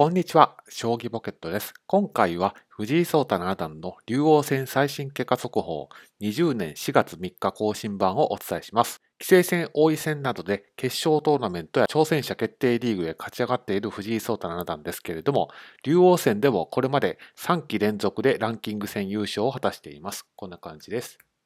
こんにちは、将棋ポケットです。今回は藤井聡太七段の竜王戦最新結果速報20年4月3日更新版をお伝えします。棋聖戦、王位戦などで決勝トーナメントや挑戦者決定リーグへ勝ち上がっている藤井聡太七段ですけれども、竜王戦でもこれまで3期連続でランキング戦優勝を果たしています。こんな感じです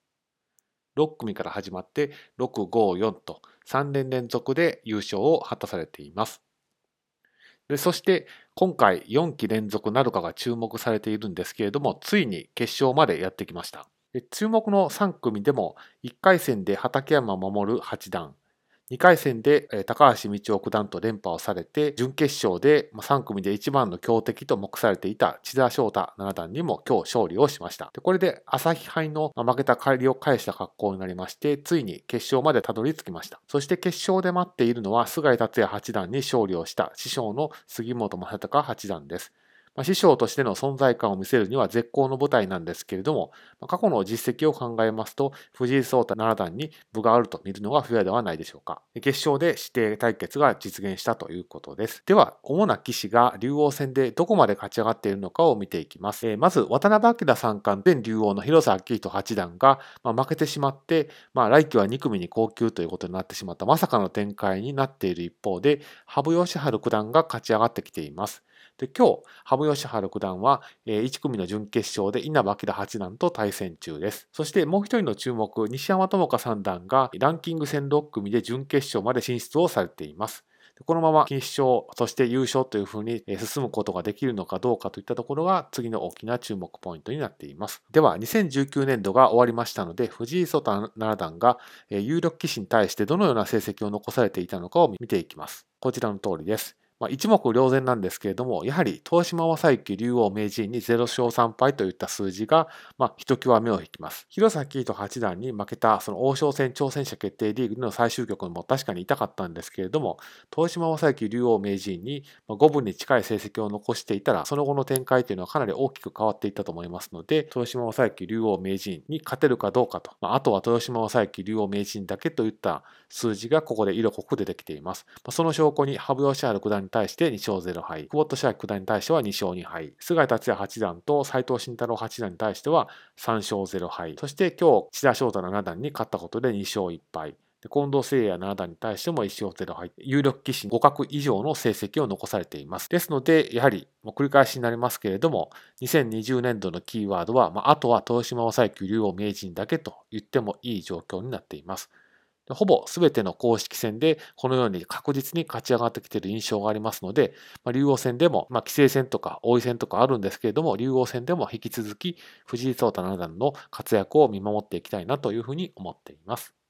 。6組から始まって6、5、4と3年連続で優勝を果たされています。そして今回4期連続なるかが注目されているんですけれども、ついに決勝までやってきました。注目の3組でも1回戦で畠山守八段、2回戦で高橋道夫九段と連覇をされて、準決勝で3組で一番の強敵と目されていた千田翔太七段にも今日勝利をしました。これで朝日杯の負けた帰りを返した格好になりまして、ついに決勝までたどり着きました。そして決勝で待っているのは菅井竜也八段に勝利をした師匠の杉本昌隆八段です。師匠としての存在感を見せるには絶好の舞台なんですけれども、過去の実績を考えますと、藤井聡太七段に分があると見るのがフェアではないでしょうか。決勝で指定対決が実現したということです。では、主な棋士が竜王戦でどこまで勝ち上がっているのかを見ていきます。まず、渡辺明三冠前竜王の広瀬章人八段が負けてしまって、来期は2組に降級ということになってしまったまさかの展開になっている一方で、羽生善治九段が勝ち上がってきています。で今日、羽生善治九段は1組の準決勝で稲葉陽八段と対戦中です。そしてもう一人の注目、西山朋佳三段がランキング戦6組で準決勝まで進出をされています。このまま決勝、そして優勝というふうに進むことができるのかどうかといったところが次の大きな注目ポイントになっています。では、2019年度が終わりましたので、藤井聡太七段が有力棋士に対してどのような成績を残されていたのかを見ていきます。こちらの通りです。一目瞭然なんですけれども、やはり豊島将之竜王名人に0勝3敗といった数字が、ひときわ目を引きます。広瀬章人八段に負けたその王将戦挑戦者決定リーグでの最終局も確かに痛かったんですけれども、豊島将之竜王名人に五分に近い成績を残していたら、その後の展開というのはかなり大きく変わっていったと思いますので、豊島将之竜王名人に勝てるかどうかと、あとは豊島将之竜王名人だけといった数字がここで色濃く出てきています。その証拠に羽生善治九段に対して2勝0敗、久保利明九段に対しては2勝2敗、菅井竜也八段と斉藤慎太郎八段に対しては3勝0敗、そして今日、千田翔太七段に勝ったことで2勝1敗、近藤誠也七段に対しても1勝0敗、有力棋士互角以上の成績を残されています。ですので、やはり繰り返しになりますけれども、2020年度のキーワードは、あとは豊島将之竜王名人だけと言ってもいい状況になっています。ほぼ全ての公式戦でこのように確実に勝ち上がってきている印象がありますので、竜王戦でも、棋聖戦とか王位戦とかあるんですけれども、竜王戦でも引き続き藤井聡太七段の活躍を見守っていきたいなというふうに思っています。